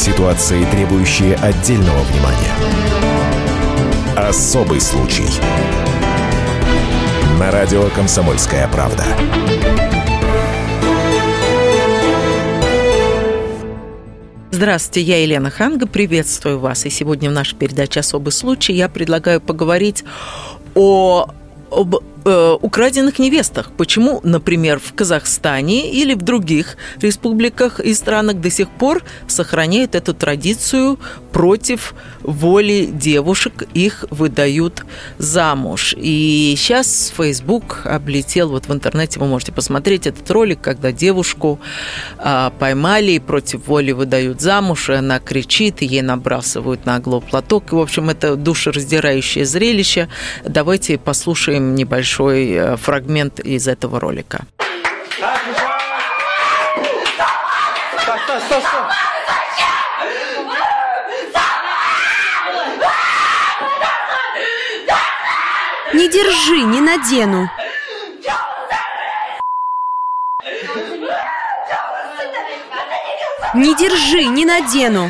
Ситуации, требующие отдельного внимания. Особый случай. На радио «Комсомольская правда». Здравствуйте, я Елена Ханга, приветствую вас. И сегодня в нашей передаче «Особый случай» я предлагаю поговорить об украденных невестах. Почему, например, в Казахстане или в других республиках и странах до сих пор сохраняют эту традицию против воли девушек, их выдают замуж. И сейчас Facebook облетел, вот в интернете вы можете посмотреть этот ролик, когда девушку поймали и против воли выдают замуж, и она кричит, и ей набрасывают на голову платок. И, в общем, это душераздирающее зрелище. Давайте послушаем небольшой фрагмент из этого ролика. Стоп. Не держи, не надену. Не держи, не надену.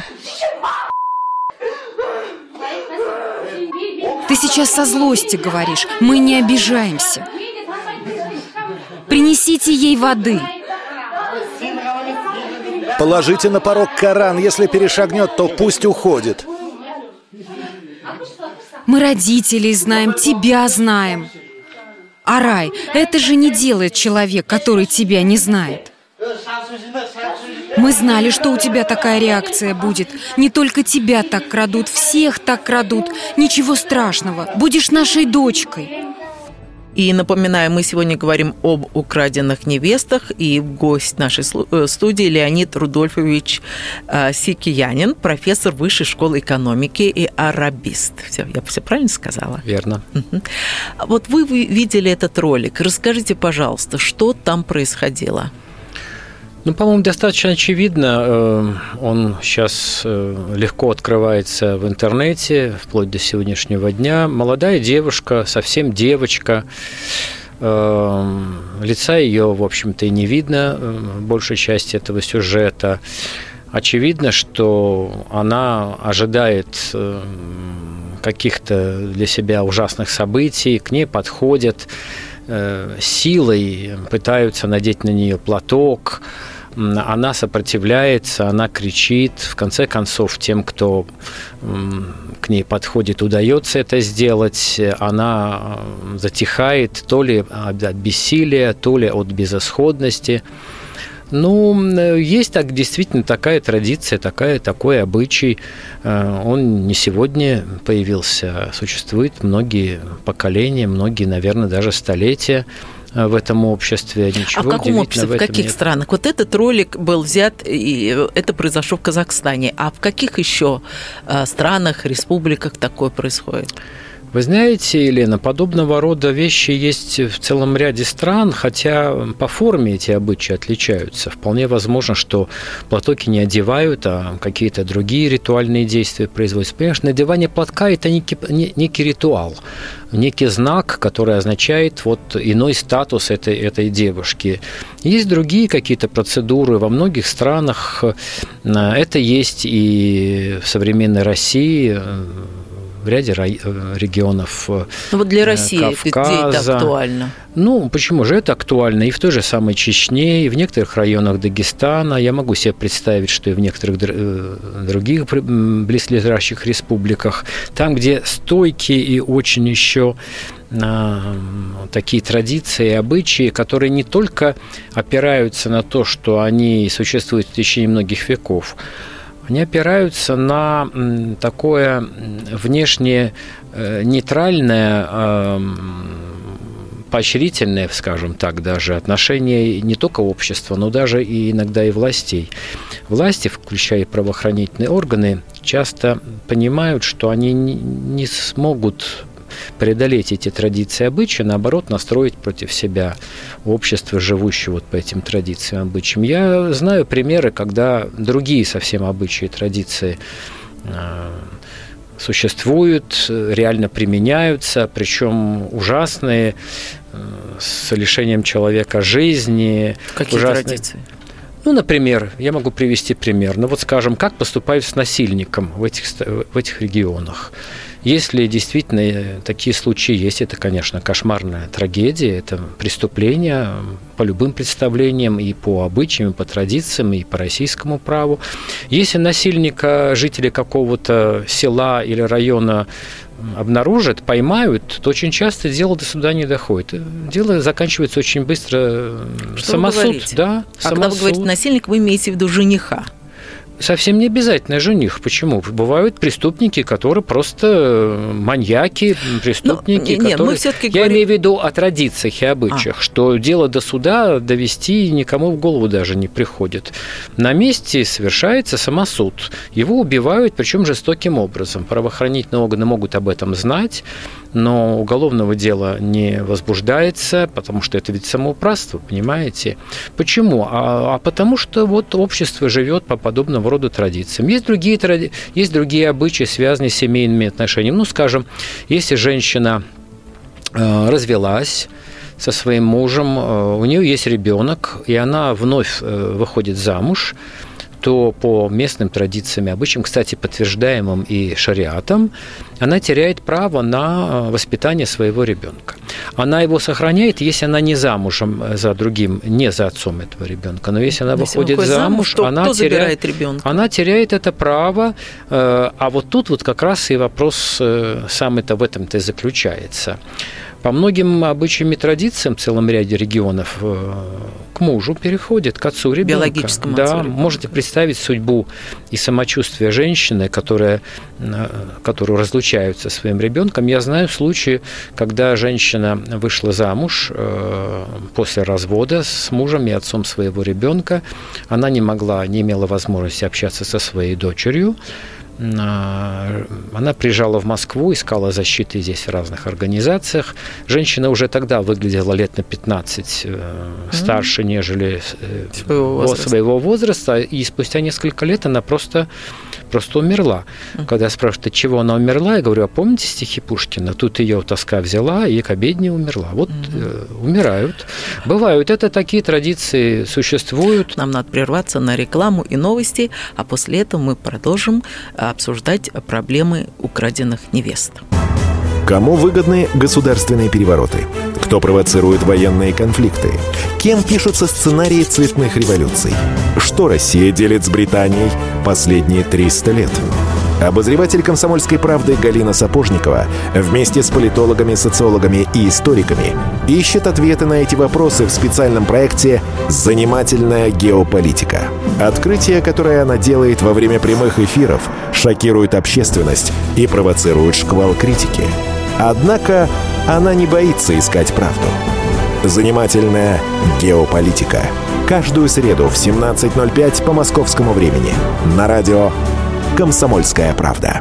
Ты сейчас со злости говоришь, мы не обижаемся. Принесите ей воды. Положите на порог Коран, если перешагнет, то пусть уходит. Мы родителей знаем, тебя знаем. Арай, это же не делает человек, который тебя не знает. Мы знали, что у тебя такая реакция будет. Не только тебя так крадут, всех так крадут. Ничего страшного, будешь нашей дочкой. И напоминаю, мы сегодня говорим об украденных невестах, и гость нашей студии Леонид Рудольфович Сикиянин, профессор Высшей школы экономики и арабист. Я все правильно сказала? Верно. Вот вы видели этот ролик. Расскажите, пожалуйста, что там происходило? По-моему, достаточно очевидно. Он сейчас легко открывается в интернете, вплоть до сегодняшнего дня. Молодая девушка, совсем девочка. Лица ее, в общем-то, и не видно в большей части этого сюжета. Очевидно, что она ожидает каких-то для себя ужасных событий, к ней подходят, силой пытаются надеть на нее платок. Она сопротивляется, она кричит. В конце концов, тем, кто к ней подходит, удается это сделать. Она затихает то ли от бессилия, то ли от безысходности. Есть действительно такая традиция, такой обычай. Он не сегодня появился, существует многие поколения, многие, наверное, даже столетия в этом обществе. Ничего а в каком обществе, в каких странах? Вот этот ролик был взят, и это произошло в Казахстане. А в каких еще странах, республиках такое происходит? Вы знаете, Елена, подобного рода вещи есть в целом ряде стран, хотя по форме эти обычаи отличаются. Вполне возможно, что платоки не одевают, а какие-то другие ритуальные действия производятся. Понимаешь, надевание платка – это некий ритуал, некий знак, который означает иной статус этой девушки. Есть другие какие-то процедуры. Во многих странах это есть и в современной России, в ряде регионов для России Кавказа. Где это актуально? Почему же это актуально? И в той же самой Чечне, и в некоторых районах Дагестана. Я могу себе представить, что и в некоторых других близлежащих республиках. Там, где стойкие и очень еще такие традиции и обычаи, которые не только опираются на то, что они существуют в течение многих веков, они опираются на такое внешне нейтральное, поощрительное, скажем так, даже отношение не только общества, но даже и иногда и властей. Власти, включая и правоохранительные органы, часто понимают, что они не смогут преодолеть эти традиции и обычаи, наоборот, настроить против себя общество, живущее по этим традициям и обычаям. Я знаю примеры, когда другие совсем обычаи и традиции существуют, реально применяются, причем ужасные, с лишением человека жизни. Какие традиции? Ну, например, я могу привести пример. Ну, вот, скажем, как поступают с насильником в этих регионах. Если действительно такие случаи есть, это, конечно, кошмарная трагедия, это преступление по любым представлениям, и по обычаям, и по традициям, и по российскому праву. Если насильника жители какого-то села или района обнаружат, поймают, то очень часто дело до суда не доходит. Дело заканчивается очень быстро. Что самосуд, да. А когда вы говорите насильник, вы имеете в виду жениха? Совсем не обязательно жених. Почему? Бывают преступники, которые просто маньяки, преступники, которые... Я имею в виду о традициях и обычаях, что дело до суда довести никому в голову даже не приходит. На месте совершается самосуд. Его убивают, причем жестоким образом. Правоохранительные органы могут об этом знать, но уголовного дела не возбуждается, потому что это ведь самоуправство, понимаете? Почему? А потому что вот общество живет по подобному роду традициям. Есть другие обычаи, связанные с семейными отношениями. Ну, скажем, если женщина развелась со своим мужем, у нее есть ребенок, и она вновь выходит замуж, то по местным традициям и обычаям, кстати, подтверждаемым и шариатом, она теряет право на воспитание своего ребенка. Она его сохраняет, если она не замужем за другим, не за отцом этого ребенка. Но если она выходит замуж, она теряет это право. А вот тут вот как раз и вопрос сам-то в этом-то и заключается. По многим обычаям и традициям в целом ряде регионов к мужу переходит, к отцу ребенка. Биологическому отцу ребенка. Можете представить судьбу и самочувствие женщины, которую разлучают со своим ребенком. Я знаю случаи, когда женщина вышла замуж после развода с мужем и отцом своего ребенка. Она не имела возможности общаться со своей дочерью. Она приезжала в Москву, искала защиты здесь в разных организациях. Женщина уже тогда выглядела лет на 15 старше, нежели своего возраста. И спустя несколько лет она просто умерла. Когда спрашивают, от чего она умерла, я говорю, а помните стихи Пушкина? Тут ее тоска взяла и к обедне умерла. Вот умирают. Бывают. Это такие традиции существуют. Нам надо прерваться на рекламу и новости, а после этого мы продолжим обсуждать проблемы украденных невест. Кому выгодны государственные перевороты? Кто провоцирует военные конфликты? Кем пишутся сценарии цветных революций? Что Россия делит с Британией последние 300 лет? Обозреватель «Комсомольской правды» Галина Сапожникова вместе с политологами, социологами и историками ищет ответы на эти вопросы в специальном проекте «Занимательная геополитика». Открытия, которые она делает во время прямых эфиров, шокируют общественность и провоцируют шквал критики. Однако она не боится искать правду. «Занимательная геополитика». Каждую среду в 17:05 по московскому времени на радио «Комсомольская правда».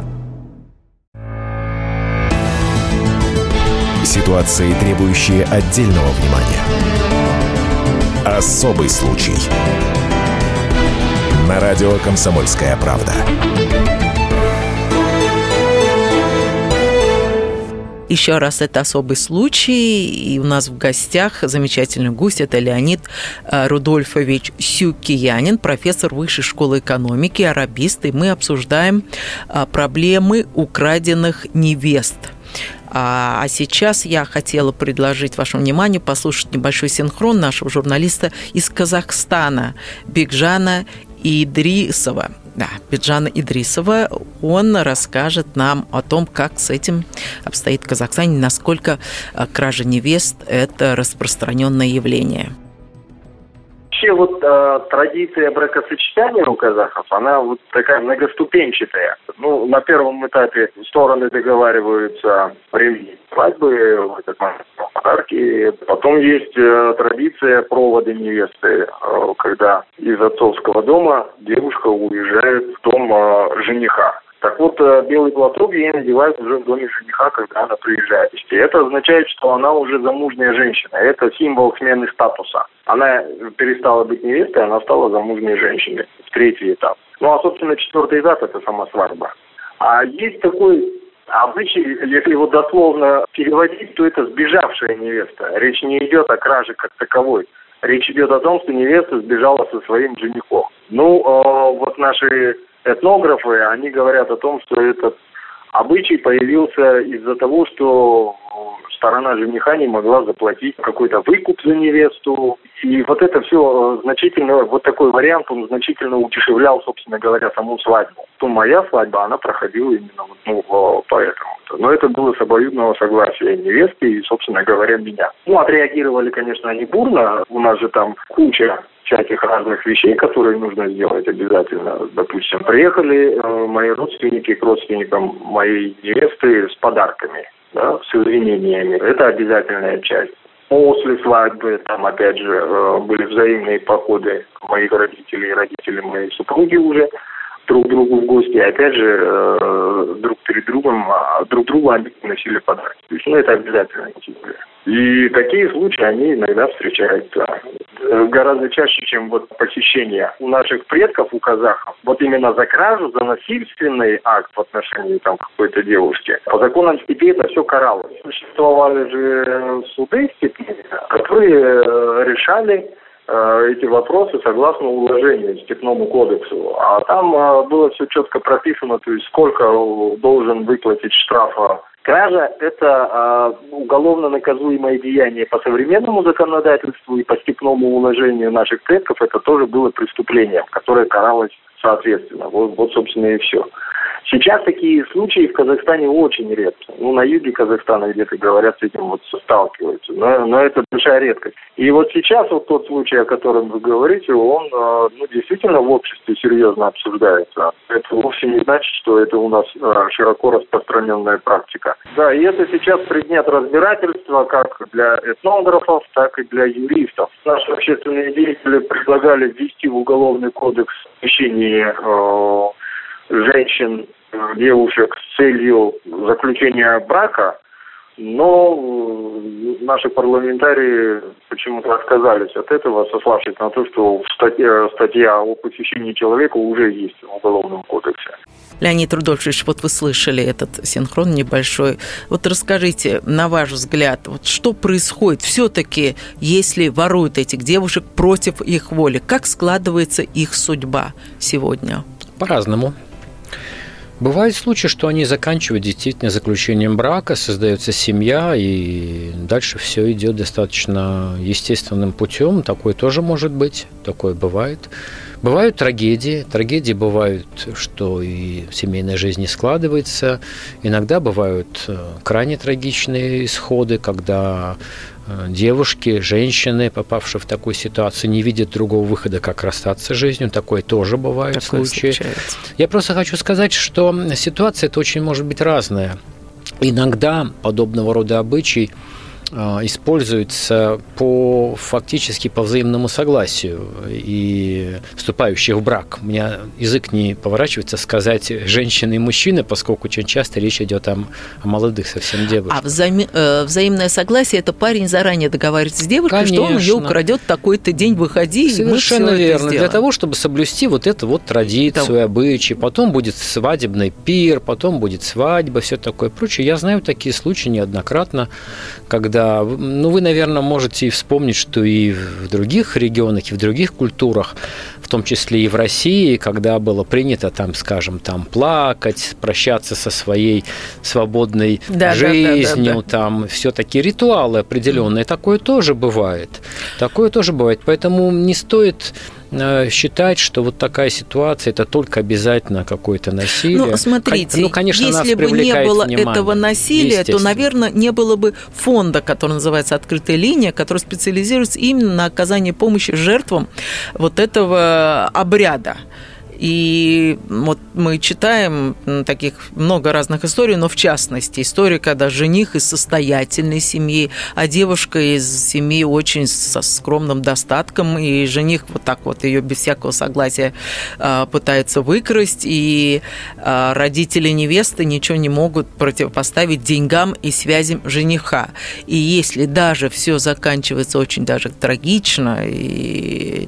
Ситуации, требующие отдельного внимания. Особый случай. На радио «Комсомольская правда». Еще раз, это особый случай, и у нас в гостях замечательный гость, это Леонид Рудольфович Сюкиянин, профессор Высшей школы экономики, арабист, и мы обсуждаем проблемы украденных невест. А сейчас я хотела предложить вашему вниманию послушать небольшой синхрон нашего журналиста из Казахстана Бекжана Идрисова. Да, Бекжана Идрисова, он расскажет нам о том, как с этим обстоит в Казахстане, насколько кража невест – это распространенное явление. Вообще вот традиция бракосочетания у казахов, она вот такая многоступенчатая. Ну, на первом этапе стороны договариваются при свадьбы, подарки. Потом есть традиция провода невесты, когда из отцовского дома девушка уезжает в дом жениха. Так вот, белый платок ей надевают уже в доме жениха, когда она приезжает. И это означает, что она уже замужняя женщина. Это символ смены статуса. Она перестала быть невестой, она стала замужней женщиной. Третий этап. Ну, а, собственно, четвертый этап – это сама свадьба. А есть такой обычай, если его дословно переводить, то это сбежавшая невеста. Речь не идет о краже как таковой. Речь идет о том, что невеста сбежала со своим женихом. Вот наши этнографы, они говорят о том, что этот обычай появился из-за того, что сторона жениха не могла заплатить какой-то выкуп за невесту. И вот это все значительно, вот такой вариант, он значительно удешевлял, собственно говоря, саму свадьбу. То моя свадьба, она проходила именно поэтому. Но это было с обоюдного согласия невесты и, собственно говоря, меня. Отреагировали, конечно, они бурно. У нас же там куча всяких разных вещей, которые нужно сделать обязательно. Допустим, приехали мои родственники к родственникам моей невесты с подарками, да, с извинениями. Это обязательная часть. После свадьбы, там, опять же, были взаимные походы моих родителей и родителей моей супруги уже друг к другу в гости. И опять же, друг перед другом, друг другу они носили подарки. То есть, это обязательно. И такие случаи, они иногда встречаются гораздо чаще, чем похищение у наших предков, у казахов. Вот именно за кражу, за насильственный акт в отношении какой-то девушки. По законам степи это все каралось. Существовали же суды степные, которые решали эти вопросы согласно уложению, Степному кодексу. А там было все четко прописано, то есть сколько должен выплатить штрафа. Кража – это уголовно наказуемое деяние по современному законодательству, и по степному уложению наших предков это тоже было преступлением, которое каралось соответственно. Вот собственно, и все. Сейчас такие случаи в Казахстане очень редко. На юге Казахстана где-то, говорят, с этим сталкиваются. Но это большая редкость. И вот сейчас тот случай, о котором вы говорите, он действительно в обществе серьезно обсуждается. Это вовсе не значит, что это у нас широко распространенная практика. Да, и это сейчас предмет разбирательства как для этнографов, так и для юристов. Наши общественные деятели предлагали ввести в Уголовный кодекс похищение женщин, девушек с целью заключения брака, но наши парламентарии почему-то отказались от этого, сославшись на то, что статья о похищении человека уже есть в Уголовном кодексе. Леонид Рудольфович, вы слышали этот синхрон небольшой. Расскажите, на ваш взгляд, что происходит все-таки, если воруют этих девушек против их воли? Как складывается их судьба сегодня? По-разному. Бывают случаи, что они заканчивают действительно заключением брака, создается семья, и дальше все идет достаточно естественным путем. Такое тоже может быть, такое бывает. Бывают трагедии. Трагедии бывают, что и семейная жизнь не складывается. Иногда бывают крайне трагичные исходы, когда девушки, женщины, попавшие в такую ситуацию, не видят другого выхода, как расстаться с жизнью. Такое тоже бывает случаи. Я просто хочу сказать, что ситуация это очень может быть разная. Иногда подобного рода обычай используется фактически по взаимному согласию и вступающих в брак. У меня язык не поворачивается сказать женщины и мужчины, поскольку очень часто речь идет о молодых совсем девушках. А взаимное согласие – это парень заранее договаривается с девушкой, конечно, что он ее украдет такой-то день, выходи, совершенно верно. Для того, чтобы соблюсти эту традицию, обычаи. Потом будет свадебный пир, потом будет свадьба, все такое прочее. Я знаю такие случаи неоднократно, когда вы, наверное, можете вспомнить, что и в других регионах, и в других культурах, в том числе и в России, когда было принято, плакать, прощаться со своей свободной жизнью, все-таки ритуалы определенные. Такое тоже бывает. Поэтому не стоит считать, что такая ситуация – это только обязательно какое-то насилие. Смотрите, конечно, если бы не было этого насилия, то, наверное, не было бы фонда, который называется «Открытая линия», который специализируется именно на оказании помощи жертвам этого обряда. И мы читаем таких много разных историй, но в частности история, когда жених из состоятельной семьи, а девушка из семьи очень со скромным достатком, и жених ее без всякого согласия пытается выкрасть, и родители невесты ничего не могут противопоставить деньгам и связям жениха. И если даже все заканчивается очень даже трагично, и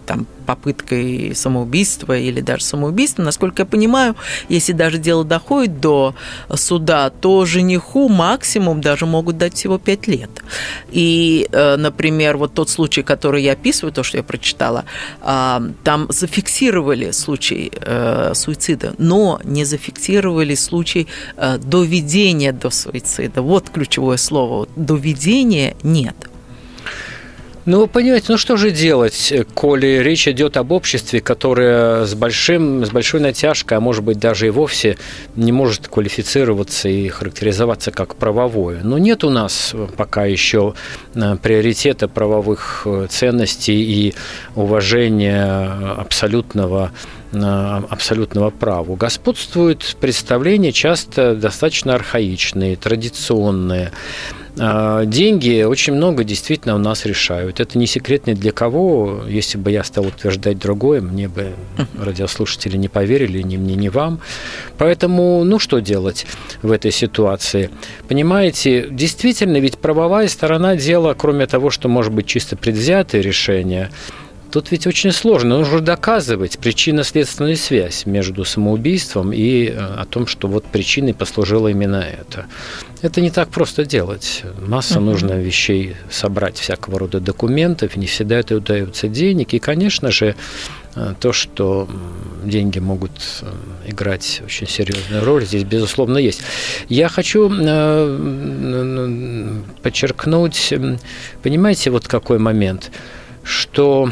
попыткой самоубийства или даже самоубийством. Насколько я понимаю, если даже дело доходит до суда, то жениху максимум даже могут дать всего 5 лет. И, например, вот тот случай, который я описываю, то, что я прочитала, там зафиксировали случай суицида, но не зафиксировали случай доведения до суицида. Вот ключевое слово. Доведения нет. Ну, понимаете, что же делать, коли речь идет об обществе, которое с большой натяжкой, а может быть даже и вовсе не может квалифицироваться и характеризоваться как правовое. Но нет у нас пока еще приоритета правовых ценностей и уважения абсолютного права. Господствуют представления часто достаточно архаичные, традиционные. Деньги очень много действительно у нас решают. Это не секрет ни для кого. Если бы я стал утверждать другое, мне бы радиослушатели не поверили, ни мне, ни вам. Поэтому, что делать в этой ситуации? Понимаете, действительно, ведь правовая сторона дела, кроме того, что может быть чисто предвзятое решение, тут ведь очень сложно. Нужно доказывать причинно-следственную связь между самоубийством и о том, что вот причиной послужило именно это. Это не так просто делать. Масса нужно вещей собрать, всякого рода документов, не всегда это удается денег. И, конечно же, то, что деньги могут играть очень серьезную роль, здесь, безусловно, есть. Я хочу подчеркнуть, понимаете, вот какой момент, что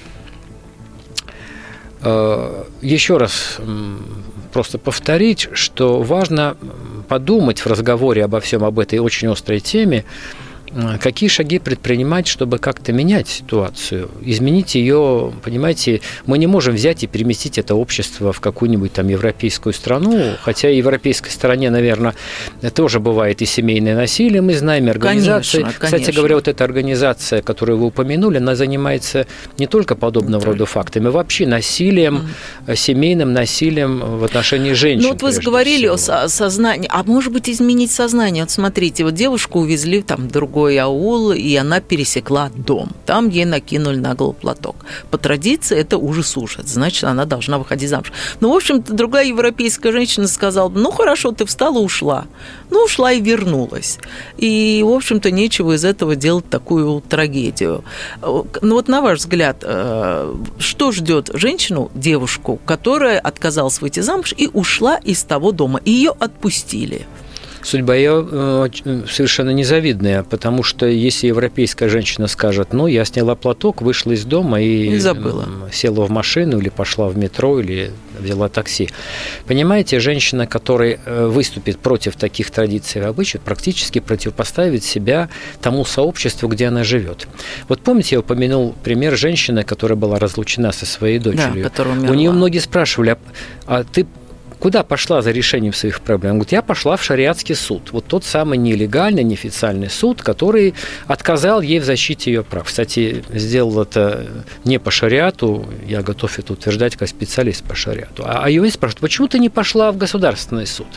еще раз просто повторить, что важно подумать в разговоре обо всем об этой очень острой теме, какие шаги предпринимать, чтобы как-то менять ситуацию, изменить ее, понимаете, мы не можем взять и переместить это общество в какую-нибудь там европейскую страну, хотя в европейской стране, наверное, тоже бывает и семейное насилие, мы знаем, организации. Конечно. Кстати говоря, вот эта организация, которую вы упомянули, она занимается не только подобного рода фактами, вообще насилием, семейным насилием в отношении женщин. Вот вы говорили о сознании, а может быть изменить сознание. Вот смотрите, вот девушку увезли там в другой аул, и она пересекла дом. Там ей накинули на голову платок. По традиции это ужас-ужас. Значит, она должна выходить замуж. В общем-то, другая европейская женщина сказала, хорошо, ты встала, ушла. Ушла и вернулась. И, в общем-то, нечего из этого делать такую трагедию. Вот на ваш взгляд, что ждет женщину, девушку, которая отказалась выйти замуж и ушла из того дома? И ее отпустили. Судьба ее совершенно незавидная, потому что если европейская женщина скажет, я сняла платок, вышла из дома и села в машину или пошла в метро, или взяла такси. Понимаете, женщина, которая выступит против таких традиций и обычаев, практически противопоставит себя тому сообществу, где она живет. Вот помните, я упомянул пример женщины, которая была разлучена со своей дочерью. Да, у нее многие спрашивали, а ты куда пошла за решением своих проблем? Он говорит, я пошла в шариатский суд. Вот тот самый нелегальный, неофициальный суд, который отказал ей в защите ее прав. Кстати, сделал это не по шариату, я готов это утверждать как специалист по шариату. А ее спрашивают, почему ты не пошла в государственный суд?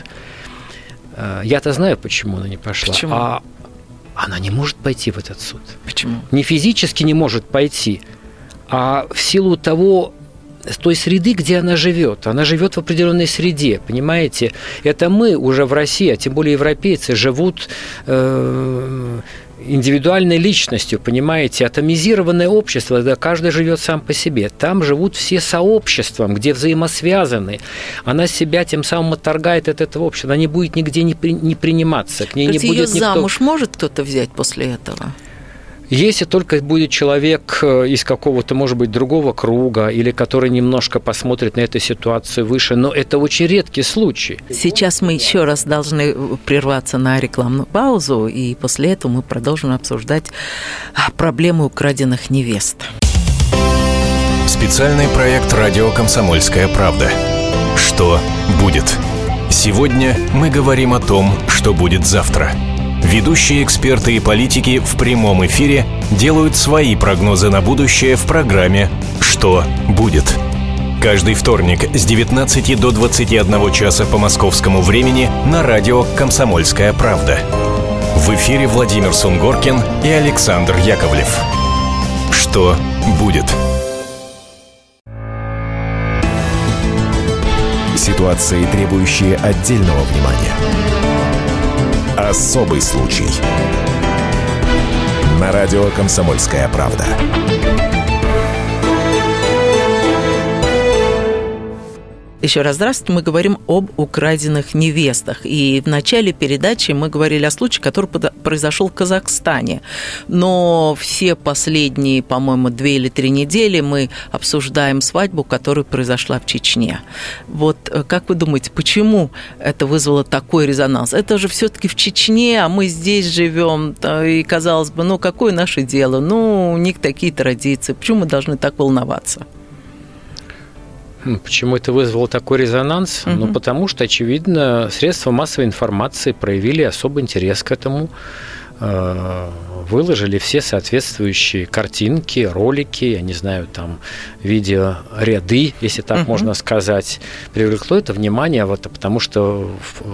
Я-то знаю, почему она не пошла. Почему? А она не может пойти в этот суд. Почему? Не физически не может пойти, а в силу того, с той среды, где она живет. Она живет в определенной среде, понимаете? Это мы уже в России, а тем более европейцы, живут индивидуальной личностью, понимаете? Атомизированное общество, когда каждый живет сам по себе. Там живут все сообществом, где взаимосвязаны. Она себя тем самым отторгает от этого общества. Она не будет нигде не приниматься. К ней не будет ее никто... замуж может кто-то взять после этого? Если только будет человек из какого-то, может быть, другого круга, или который немножко посмотрит на эту ситуацию выше, но это очень редкий случай. Сейчас мы еще раз должны прерваться на рекламную паузу, и после этого мы продолжим обсуждать проблемы украденных невест. Специальный проект «Радио Комсомольская правда». Что будет? Сегодня мы говорим о том, что будет завтра. Ведущие эксперты и политики в прямом эфире делают свои прогнозы на будущее в программе «Что будет?». Каждый вторник с 19 до 21 часа по московскому времени на радио «Комсомольская правда». В эфире Владимир Сунгоркин и Александр Яковлев. Что будет? Ситуации, требующие отдельного внимания. Особый случай. На радио «Комсомольская правда». Еще раз здравствуйте. Мы говорим об украденных невестах. И в начале передачи мы говорили о случае, который произошел в Казахстане. Но все последние, по-моему, 2 или 3 недели мы обсуждаем свадьбу, которая произошла в Чечне. Вот как вы думаете, почему это вызвало такой резонанс? Это же все-таки в Чечне, а мы здесь живем. И казалось бы, ну какое наше дело? Ну, у них такие традиции. Почему мы должны так волноваться? Почему это вызвало такой резонанс? Ну, потому что, очевидно, средства массовой информации проявили особый интерес к этому, выложили все соответствующие картинки, ролики, я не знаю, там, видеоряды, если так можно сказать. Привлекло это внимание, вот, потому что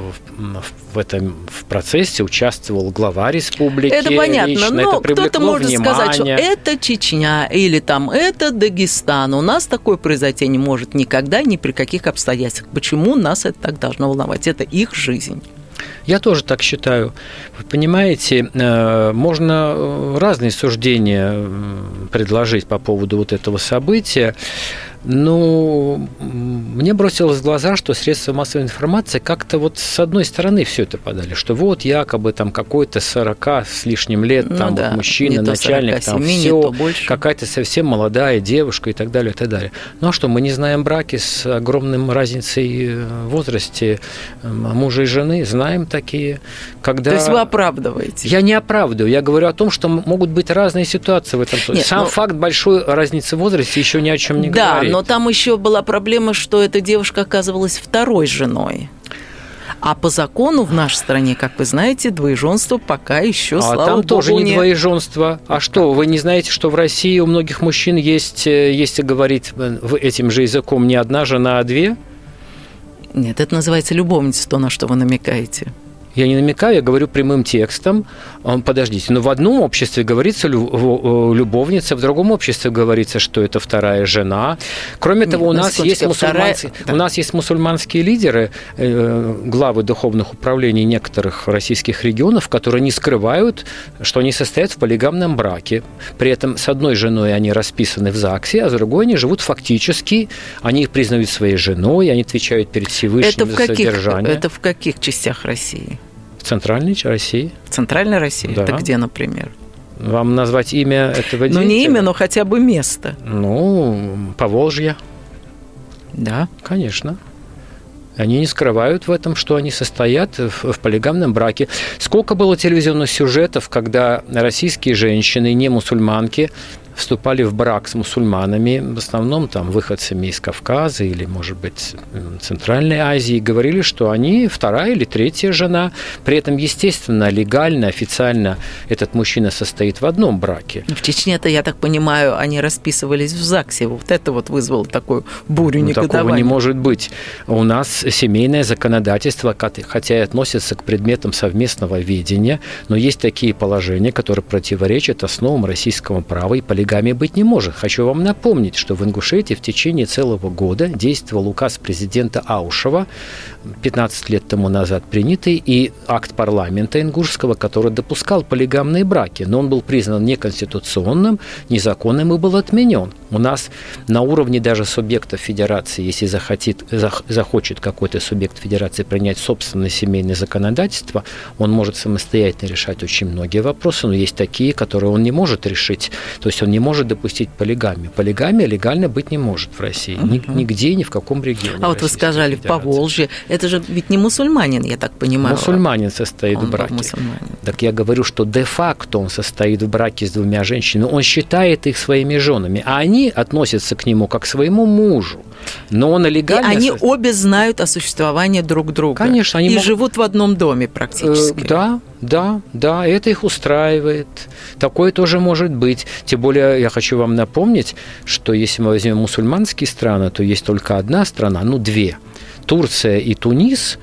в этом процессе участвовал глава республики. Это понятно, лично. но это кто-то может внимание. сказать, что это Чечня или там это Дагестан. У нас такое произойти не может никогда, ни при каких обстоятельствах. Почему нас это так должно волновать? Это их жизнь. Я тоже так считаю. Вы понимаете, можно разные суждения предложить по поводу вот этого события. Но мне бросилось в глаза, что средства массовой информации как-то вот с одной стороны все это подали, что вот якобы там какой-то 40 с лишним лет, там вот мужчина, начальник, 47, там все, какая-то совсем молодая девушка и так далее, и так далее. Ну а что, мы не знаем браки с огромной разницей в возрасте мужа и жены, знаем такие, когда... То есть вы оправдываете? Я не оправдываю, я говорю о том, что могут быть разные ситуации в этом. Нет, сам факт большой разницы в возрасте еще ни о чем не говорит. Но там еще была проблема, что эта девушка оказывалась второй женой. А по закону в нашей стране, как вы знаете, двоеженство пока еще, слава богу, там тоже не двоеженство. А что, вы не знаете, что в России у многих мужчин есть, если говорить этим же языком, не одна жена, а 2? Нет, это называется любовница, то, на что вы намекаете. Я не намекаю, я говорю прямым текстом. Подождите, но в одном обществе говорится любовница, в другом обществе говорится, что это вторая жена. Кроме того, у нас есть мусульманские лидеры, главы духовных управлений некоторых российских регионов, которые не скрывают, что они состоят в полигамном браке. При этом с одной женой они расписаны в ЗАГСе, а с другой они живут фактически, они их признают своей женой, они отвечают перед Всевышним за содержание. Это в каких частях России? В Центральной России. В Центральной России? Да. Это где, например? Вам назвать имя этого деятеля? Ну, не имя, но хотя бы место. Ну, Поволжье. Да. Конечно. Они не скрывают в этом, что они состоят в полигамном браке. Сколько было телевизионных сюжетов, когда российские женщины, не мусульманки, вступали в брак с мусульманами, в основном там выходцами из Кавказа или, может быть, Центральной Азии, говорили, что они вторая или третья жена. При этом, естественно, легально, официально этот мужчина состоит в одном браке. В Чечне-то, я так понимаю, они расписывались в ЗАГСе. Вот это вот вызвало такую бурю негодования. Такого не может быть. У нас семейное законодательство, хотя и относится к предметам совместного ведения, но есть такие положения, которые противоречат основам российского права, и полигамии быть не может. Хочу вам напомнить, что в Ингушетии в течение целого года действовал указ президента Аушева, 15 лет тому назад принятый, и акт парламента ингушского, который допускал полигамные браки, но он был признан неконституционным, незаконным и был отменен. У нас на уровне даже субъектов федерации, если захочет какой-то субъект федерации принять собственное семейное законодательство, он может самостоятельно решать очень многие вопросы, но есть такие, которые он не может решить. То есть он не может допустить полигамию. Полигамия легально быть не может в России. Нигде, ни в каком регионе. А вот вы сказали, в Поволжье. Это же ведь не мусульманин, я так понимаю. Мусульманин состоит в браке. Так я говорю, что де-факто он состоит в браке с 2 женщинами. Он считает их своими женами, а они относятся к нему как к своему мужу. Но он легально... И они обе знают о существовании друг друга. Конечно. Они живут в одном доме практически. Да, это их устраивает. Такое тоже может быть. Тем более, я хочу вам напомнить, что если мы возьмем мусульманские страны, то есть только одна страна, 2. Турция и Тунис,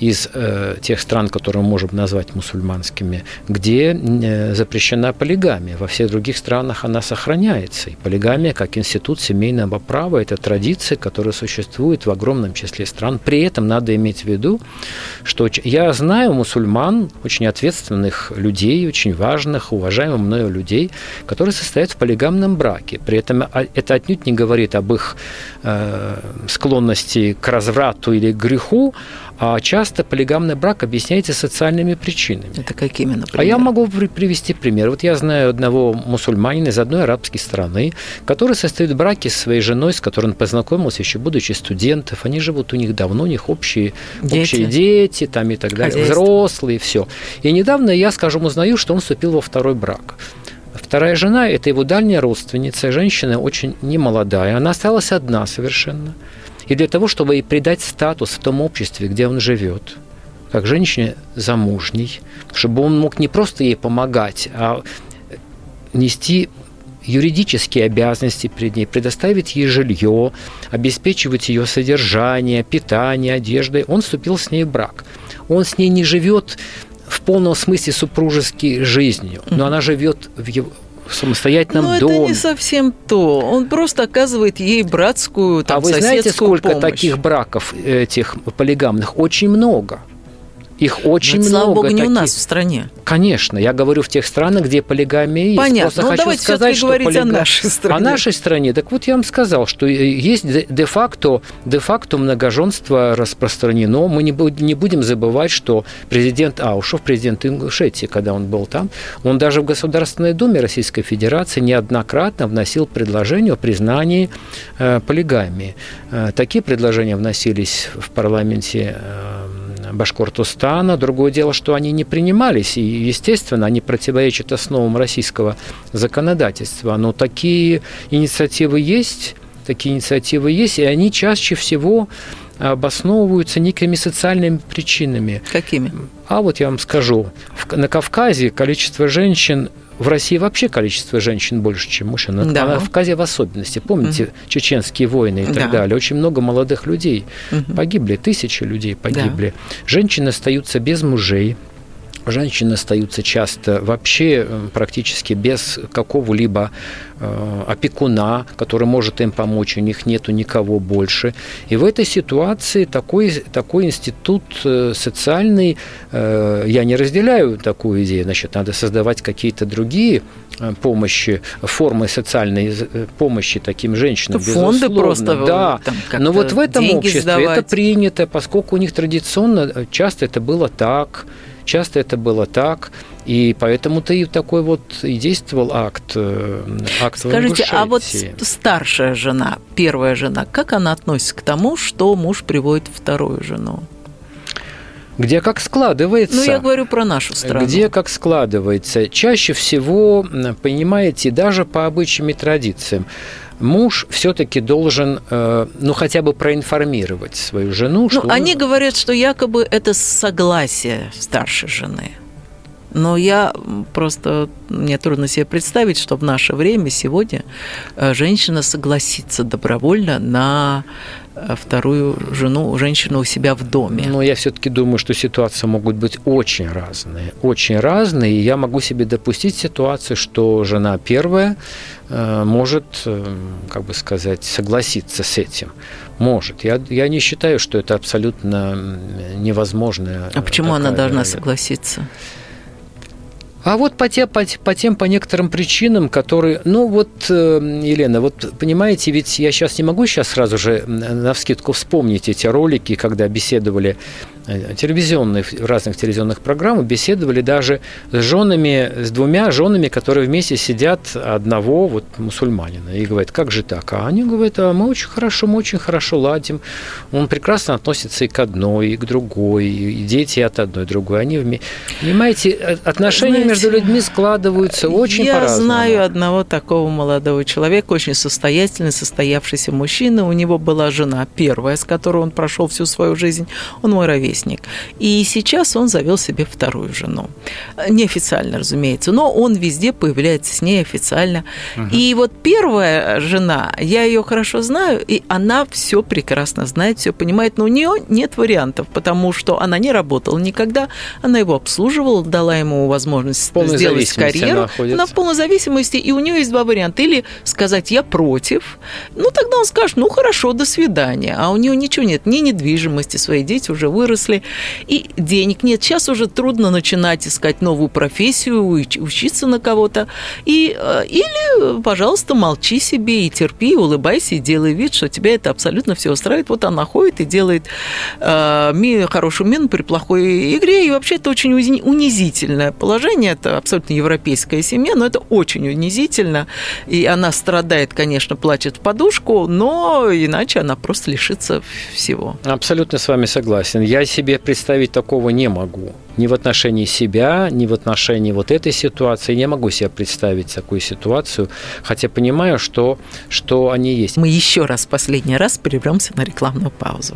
из тех стран, которые мы можем назвать мусульманскими, где запрещена полигамия. Во всех других странах она сохраняется. И полигамия, как институт семейного права, это традиция, которая существует в огромном числе стран. При этом надо иметь в виду, что я знаю мусульман, очень ответственных людей, очень важных, уважаемых мною людей, которые состоят в полигамном браке. При этом это отнюдь не говорит об их склонности к разврату или к греху, а часто полигамный брак объясняется социальными причинами. Это какими, например? А я могу привести пример. Вот я знаю одного мусульманина из одной арабской страны, который состоит в браке с своей женой, с которой он познакомился еще будучи студентом. Они живут у них давно, у них общие дети там и так далее, взрослые, все. И недавно я, скажем, узнаю, что он вступил во второй брак. Вторая жена – это его дальняя родственница, женщина очень немолодая, она осталась одна совершенно. И для того, чтобы ей придать статус в том обществе, где он живет, как женщине замужней, чтобы он мог не просто ей помогать, а нести юридические обязанности перед ней, предоставить ей жилье, обеспечивать ее содержание, питание, одеждой, он вступил с ней в брак. Он с ней не живет в полном смысле супружеской жизнью, но она живет в его самостоятельном доме. Но это не совсем то. Он просто оказывает ей братскую, там, соседскую помощь. А вы знаете, сколько таких браков, этих полигамных? Очень много. Их очень много. Слава богу, не таких. У нас в стране. Конечно. Я говорю в тех странах, где полигамия есть. Понятно. Просто хочу давайте сказать, что говорить о нашей стране. О нашей стране. Так вот, я вам сказал, что есть де-факто многоженство распространено. Мы не будем забывать, что президент Аушев, президент Ингушетии, когда он был там, он даже в Государственной Думе Российской Федерации неоднократно вносил предложение о признании полигамии. Такие предложения вносились в парламенте Башкортостана. Другое дело, что они не принимались, и, естественно, они противоречат основам российского законодательства. Но такие инициативы есть, и они чаще всего обосновываются некими социальными причинами. Какими? А вот я вам скажу. На Кавказе количество женщин, в России вообще количество женщин больше, чем мужчин, а на Кавказе в особенности. Помните, чеченские войны и так далее? Очень много молодых людей погибли, тысячи людей погибли. Женщины остаются без мужей. Женщины остаются часто вообще практически без какого-либо опекуна, который может им помочь, у них нету никого больше. И в этой ситуации такой институт социальный, я не разделяю такую идею, значит, надо создавать какие-то другие помощи, формы социальной помощи таким женщинам, безусловно. Фонды просто, да. Но вот в этом обществе сдавать. Это принято, поскольку у них традиционно часто это было так, и поэтому-то и такой вот и действовал акт Скажите, а вот старшая жена, первая жена, как она относится к тому, что муж приводит вторую жену? Где как складывается. Ну, я говорю про нашу страну. Где как складывается. Чаще всего, понимаете, даже по обычаям и традициям, муж все-таки должен, хотя бы проинформировать свою жену. Они говорят, что якобы это согласие старшей жены. Но мне трудно себе представить, что в наше время сегодня женщина согласится добровольно на вторую женщину у себя в доме. Но я все-таки думаю, что ситуации могут быть очень разные. И я могу себе допустить ситуацию, что жена первая может, согласиться с этим. Может. Я не считаю, что это абсолютно невозможно. А почему она должна согласиться? А вот по некоторым причинам, которые... Елена, понимаете, ведь я сейчас не могу сразу же навскидку вспомнить эти ролики, когда беседовали в разных телевизионных программах, беседовали даже с двумя женами, которые вместе сидят одного мусульманина. И говорят, как же так? А они говорят, мы очень хорошо ладим. Он прекрасно относится и к одной, и к другой, и дети от одной, и другой. Они понимаете, отношения между людьми складываются очень по-разному. Я знаю одного такого молодого человека, очень состоятельный, состоявшийся мужчина. У него была жена первая, с которой он прошел всю свою жизнь. Он мой ровесник. ровесник. И сейчас он завел себе вторую жену. Неофициально, разумеется, но он везде появляется с ней официально. И вот первая жена, я ее хорошо знаю, и она все прекрасно знает, все понимает, но у нее нет вариантов, потому что она не работала никогда, она его обслуживала, дала ему возможность сделать карьеру. Она в полной зависимости, и у нее есть два варианта. Или сказать «я против», тогда он скажет «ну хорошо, до свидания». А у нее ничего нет, ни недвижимости, свои дети уже выросли, и денег нет. Сейчас уже трудно начинать искать новую профессию, учиться на кого-то. Или, пожалуйста, молчи себе и терпи, улыбайся, и делай вид, что тебя это абсолютно все устраивает. Вот она ходит и делает хорошую мину при плохой игре, и вообще это очень унизительное положение. Это абсолютно европейская семья, но это очень унизительно. И она страдает, конечно, плачет в подушку, но иначе она просто лишится всего. Абсолютно с вами согласен. Я себе представить такого не могу. Ни в отношении себя, ни в отношении вот этой ситуации. Не могу себе представить такую ситуацию, хотя понимаю, что они есть. Мы еще раз, последний раз прервемся на рекламную паузу.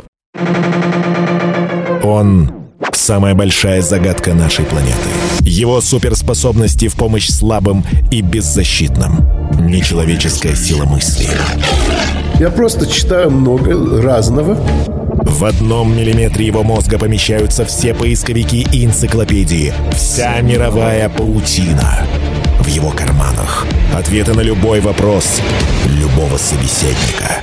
Он – самая большая загадка нашей планеты. Его суперспособности в помощь слабым и беззащитным. Нечеловеческая сила мысли. Я просто читаю много разного. В 1 миллиметре его мозга помещаются все поисковики и энциклопедии. Вся мировая паутина. В его карманах ответы на любой вопрос любого собеседника.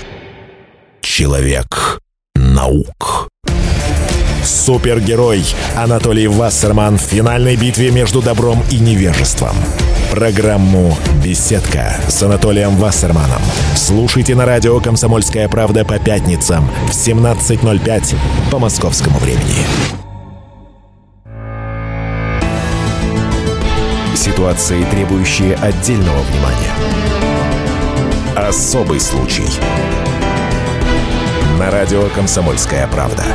Человек-наук. Супергерой Анатолий Вассерман в финальной битве между добром и невежеством. Программу «Беседка» с Анатолием Вассерманом слушайте на радио «Комсомольская правда» по пятницам в 17:05 по московскому времени. Ситуации, требующие отдельного внимания. Особый случай. На радио «Комсомольская правда».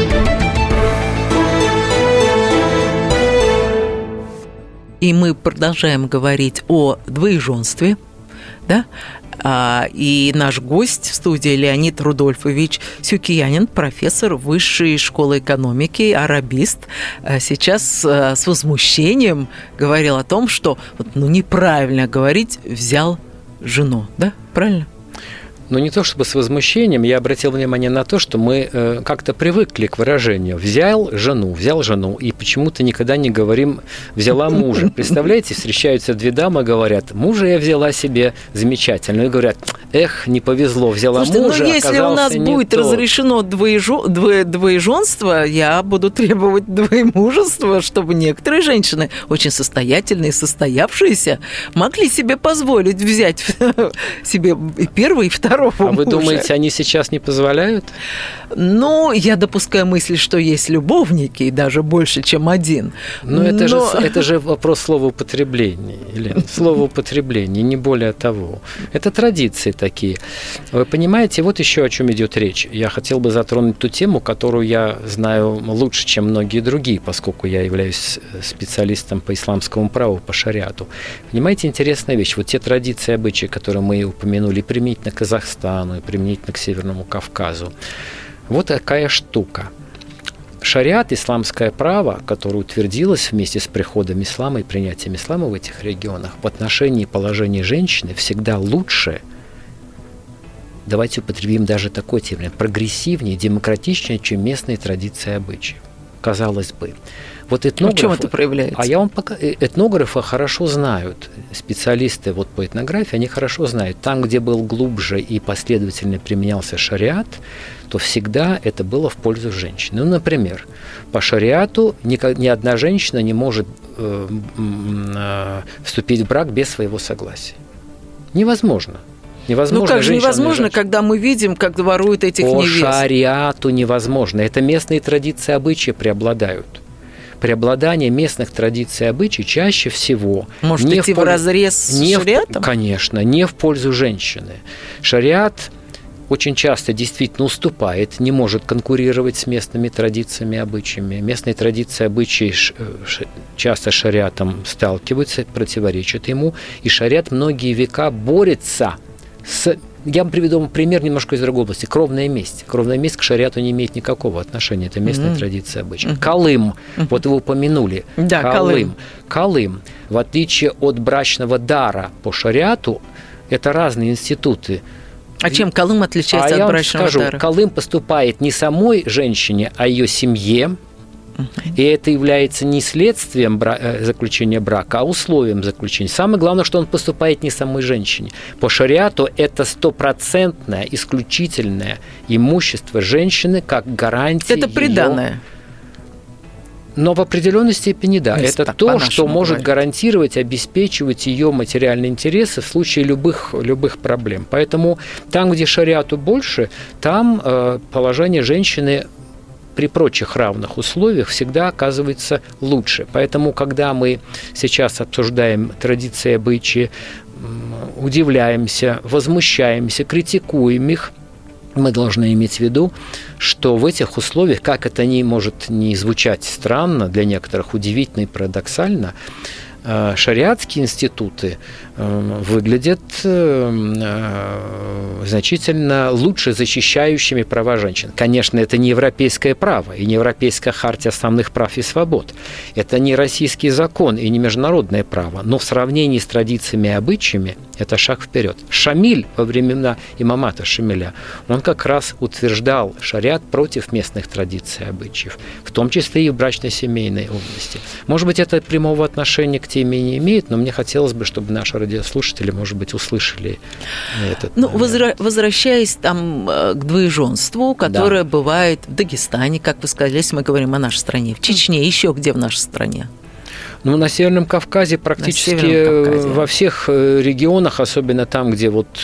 И мы продолжаем говорить о двоеженстве, да? И наш гость в студии Леонид Рудольфович Сюкиянин, профессор Высшей школы экономики, арабист, сейчас с возмущением говорил о том, что неправильно говорить «взял жену», да? Правильно? Но не то чтобы с возмущением, я обратил внимание на то, что мы как-то привыкли к выражению «взял жену», и почему-то никогда не говорим «взяла мужа». Представляете, встречаются две дамы, говорят «мужа я взяла себе замечательно», и говорят «эх, не повезло, взяла мужа, если у нас будет разрешено двоеженство, я буду требовать двоемужества, чтобы некоторые женщины, очень состоятельные, состоявшиеся, могли себе позволить взять себе и первый, и второй. А вы думаете, они сейчас не позволяют? Я допускаю мысль, что есть любовники, и даже больше, чем один. Это же вопрос словоупотребления, Елена. Словоупотребление, не более того. Это традиции такие. Вы понимаете, вот еще о чем идет речь. Я хотел бы затронуть ту тему, которую я знаю лучше, чем многие другие, поскольку я являюсь специалистом по исламскому праву, по шариату. Понимаете, интересная вещь. Вот те традиции и обычаи, которые мы упомянули, применительно к Казахстану и применительно к Северному Кавказу. Вот такая штука. Шариат, исламское право, которое утвердилось вместе с приходом ислама и принятием ислама в этих регионах, в отношении положения женщины всегда лучше, давайте употребим даже такой термин, прогрессивнее, демократичнее, чем местные традиции и обычаи. Казалось бы. Вот этнографы, в чем это проявляется? Этнографы хорошо знают, специалисты по этнографии, они хорошо знают, там, где был глубже и последовательно применялся шариат, то всегда это было в пользу женщины. Например, по шариату ни одна женщина не может вступить в брак без своего согласия. Невозможно. Как же невозможно, когда мы видим, как воруют этих невест? По шариату невозможно. Это местные традиции и обычаи преобладают. Преобладание местных традиций и обычаев чаще всего может идти вразрез с шариатом? Конечно, не в пользу женщины. Шариат очень часто действительно уступает, не может конкурировать с местными традициями и обычаями. Местные традиции и обычаи часто с шариатом сталкиваются, противоречат ему, и шариат многие века борется с Я вам приведу вам пример немножко из другой области. Кровная месть. Кровная месть к шариату не имеет никакого отношения. Это местная традиция обычно. Колым. Вот вы упомянули. Да, Колым. Колым. В отличие от брачного дара по шариату, это разные институты. А чем Колым отличается от брачного дара? Я вам скажу, Колым поступает не самой женщине, а ее семье. И это является не следствием заключения брака, а условием заключения. Самое главное, что он поступает не самой женщине. По шариату это 100% исключительное имущество женщины как гарантия. Это приданое. Но в определенной степени да. Это то, что может говорить. гарантировать, обеспечивать ее материальные интересы в случае любых проблем. Поэтому там, где шариату больше, там положение женщины при прочих равных условиях всегда оказывается лучше. Поэтому, когда мы сейчас обсуждаем традиции и обычаи, удивляемся, возмущаемся, критикуем их, мы должны иметь в виду, что в этих условиях, как это не может не звучать странно, для некоторых удивительно и парадоксально, шариатские институты выглядят значительно лучше защищающими права женщин. Конечно, это не европейское право и не европейская хартия основных прав и свобод. Это не российский закон и не международное право. Но в сравнении с традициями и обычаями это шаг вперед. Шамиль во времена имамата Шамиля, он как раз утверждал шариат против местных традиций и обычаев, в том числе и в брачно-семейной области. Может быть, это прямого отношения к теме не имеет, но мне хотелось бы, чтобы наши радиослушатели, может быть, услышали этот момент. Возвращаясь там к двоеженству, которое бывает в Дагестане, как вы сказали, если мы говорим о нашей стране, в Чечне, еще где в нашей стране? Ну, на Северном Кавказе практически во всех регионах, особенно там, где вот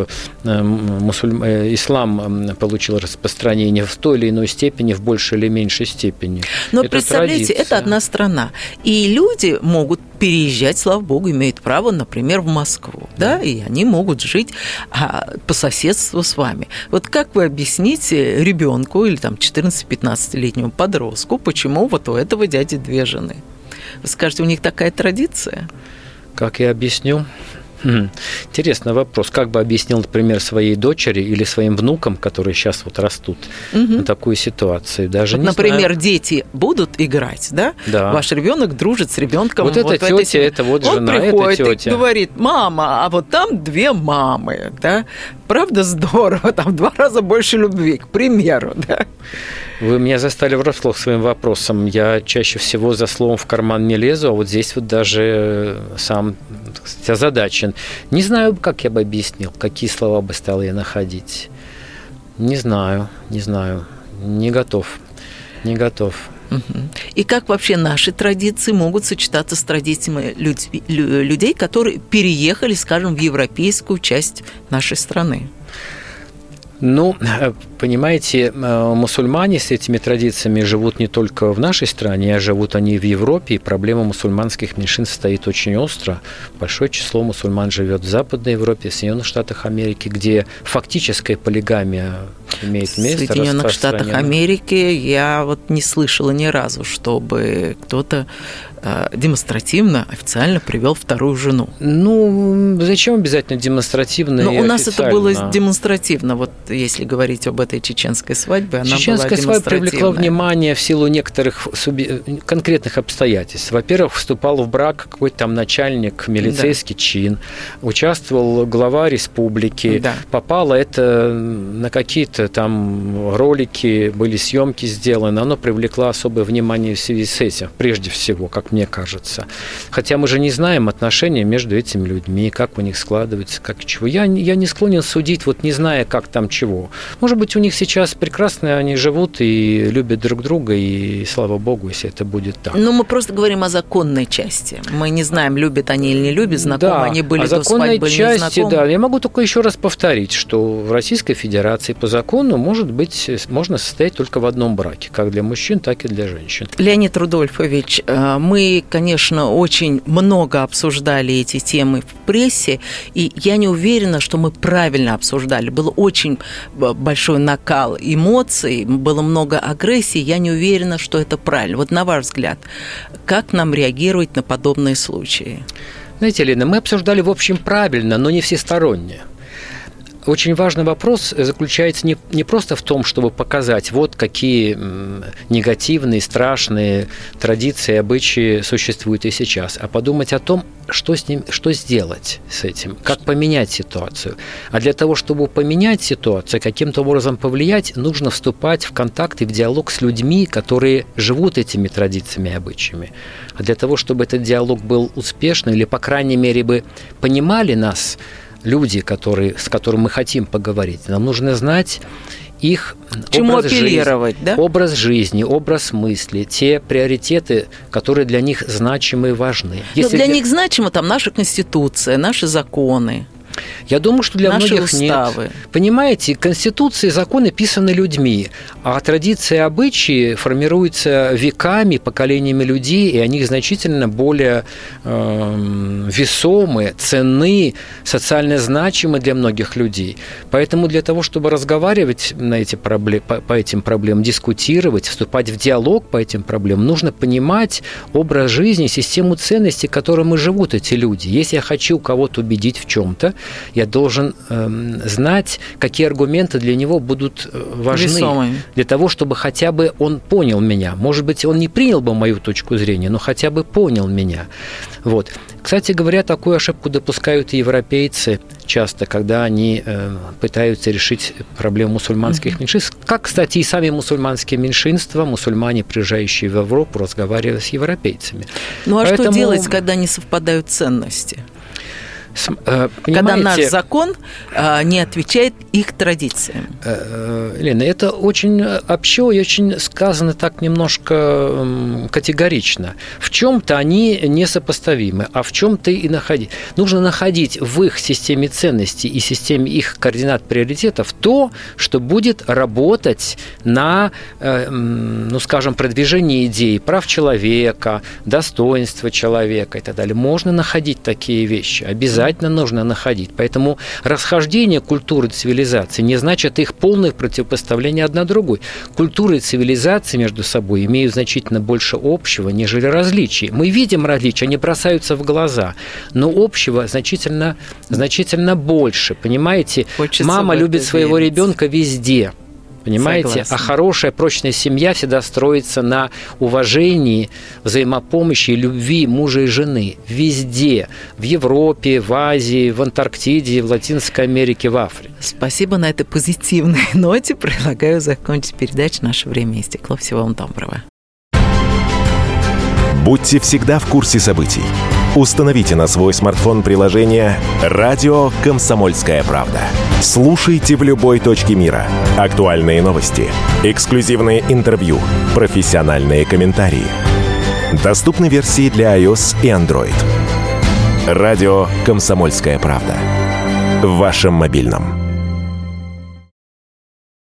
ислам получил распространение в той или иной степени, в большей или меньшей степени. Но это представляете, традиция. Это одна страна. И люди могут переезжать, слава богу, имеют право, например, в Москву, да, и они могут жить по соседству с вами. Вот как вы объясните ребенку или там 14-15-летнему подростку, почему вот у этого дяди две жены? Вы скажете, у них такая традиция? Как я объясню? Интересный вопрос. Как бы объяснил, например, своей дочери или своим внукам, которые сейчас вот растут, на такую ситуацию? Даже вот, не например, знаю. Дети будут играть, да? Да. Ваш ребенок дружит с ребенком. Вот эта тетя, это вот жена, он приходит это тетя. И говорит: мама, а вот там две мамы, да? Правда здорово, там в 2 раза больше любви, к примеру, да? Вы меня застали врасплох своим вопросом. Я чаще всего за словом в карман не лезу, а вот здесь вот даже сам, так сказать, озадачен. Не знаю, как я бы объяснил, какие слова бы стал я находить. Не знаю. Не готов. И как вообще наши традиции могут сочетаться с традициями людей, которые переехали, скажем, в европейскую часть нашей страны? Ну, понимаете, мусульмане с этими традициями живут не только в нашей стране, а живут они в Европе, и проблема мусульманских меньшинств стоит очень остро. Большое число мусульман живет в Западной Европе, в Соединенных Штатах Америки, где фактическая полигамия имеет место. В Соединенных Штатах Америки я вот не слышала ни разу, чтобы кто-то демонстративно, официально привел вторую жену. Ну, зачем обязательно демонстративно? Но у нас это было демонстративно. Вот если говорить об этой чеченской свадьбе, она была демонстративная. Чеченская свадьба привлекла внимание в силу некоторых конкретных обстоятельств. Во-первых, вступал в брак какой-то там начальник, милицейский чин, участвовал глава республики, попало это на какие-то там ролики, были съемки сделаны, оно привлекло особое внимание в связи с этим, прежде всего, как мне кажется. Хотя мы же не знаем отношения между этими людьми, как у них складывается, как чего. Я не склонен судить, вот не зная, как там чего. Может быть, у них сейчас прекрасно они живут и любят друг друга, и слава богу, если это будет так. Ну, мы просто говорим о законной части. Мы не знаем, любят они или не любят, знакомы они были до свадьбы или не знакомы. Да, я могу только еще раз повторить, что в Российской Федерации по закону можно состоять только в одном браке, как для мужчин, так и для женщин. Леонид Рудольфович, мы, конечно, очень много обсуждали эти темы в прессе, и я не уверена, что мы правильно обсуждали. Был очень большой накал эмоций, было много агрессии, я не уверена, что это правильно. Вот на ваш взгляд, как нам реагировать на подобные случаи? Знаете, Лена, мы обсуждали, в общем, правильно, но не всесторонне. очень важный вопрос заключается не просто в том, чтобы показать, вот какие негативные, страшные традиции и обычаи существуют и сейчас, а подумать о том, что сделать с этим, как поменять ситуацию. А для того, чтобы поменять ситуацию, каким-то образом повлиять, нужно вступать в контакт и в диалог с людьми, которые живут этими традициями и обычаями. А для того, чтобы этот диалог был успешным, или, по крайней мере, бы понимали нас люди, с которыми мы хотим поговорить, нам нужно знать их образ жизни, образ мысли, те приоритеты, которые для них значимы и важны. Но для них значима там наша Конституция, наши законы. Я думаю, что для наши многих уставы. Нет. Понимаете, конституции и законы писаны людьми, а традиции и обычаи формируются веками, поколениями людей, и они значительно более весомы, ценны, социально значимы для многих людей. Поэтому для того, чтобы разговаривать по этим проблемам, дискутировать, вступать в диалог по этим проблемам, нужно понимать образ жизни, систему ценностей, которыми живут эти люди. Если я хочу кого-то убедить в чем-то, я должен знать, какие аргументы для него будут важны. Весомые. Для того, чтобы хотя бы он понял меня. Может быть, он не принял бы мою точку зрения, но хотя бы понял меня. Вот. Кстати говоря, такую ошибку допускают и европейцы часто, когда они пытаются решить проблему мусульманских меньшинств. Как, кстати, и сами мусульманские меньшинства, мусульмане, приезжающие в Европу, разговаривают с европейцами. Ну а что делать, когда не совпадают ценности? Когда наш закон не отвечает их традициям. Лена, это очень общо и очень сказано так немножко категорично. В чем-то они несопоставимы, а в чем-то и находить. Нужно находить в их системе ценностей и системе их координат приоритетов то, что будет работать на, скажем, продвижении идей прав человека, достоинства человека и так далее. Можно находить такие вещи, обязательно нужно находить. Поэтому расхождение культуры и цивилизации не значит их полное противопоставление одна другой. Культура и цивилизация между собой имеют значительно больше общего, нежели различий. Мы видим различия, они бросаются в глаза, но общего значительно больше. Понимаете? Хочется мама любит своего ребенка везде. Понимаете? Согласна. А хорошая, прочная семья всегда строится на уважении, взаимопомощи и любви мужа и жены. Везде. В Европе, в Азии, в Антарктиде, в Латинской Америке, в Африке. Спасибо. На этой позитивной ноте предлагаю закончить передачу. Наше время истекло. Всего вам доброго. Будьте всегда в курсе событий. Установите на свой смартфон приложение «Радио Комсомольская правда». Слушайте в любой точке мира. Актуальные новости, эксклюзивные интервью, профессиональные комментарии. Доступны версии для iOS и Android. «Радио Комсомольская правда». В вашем мобильном.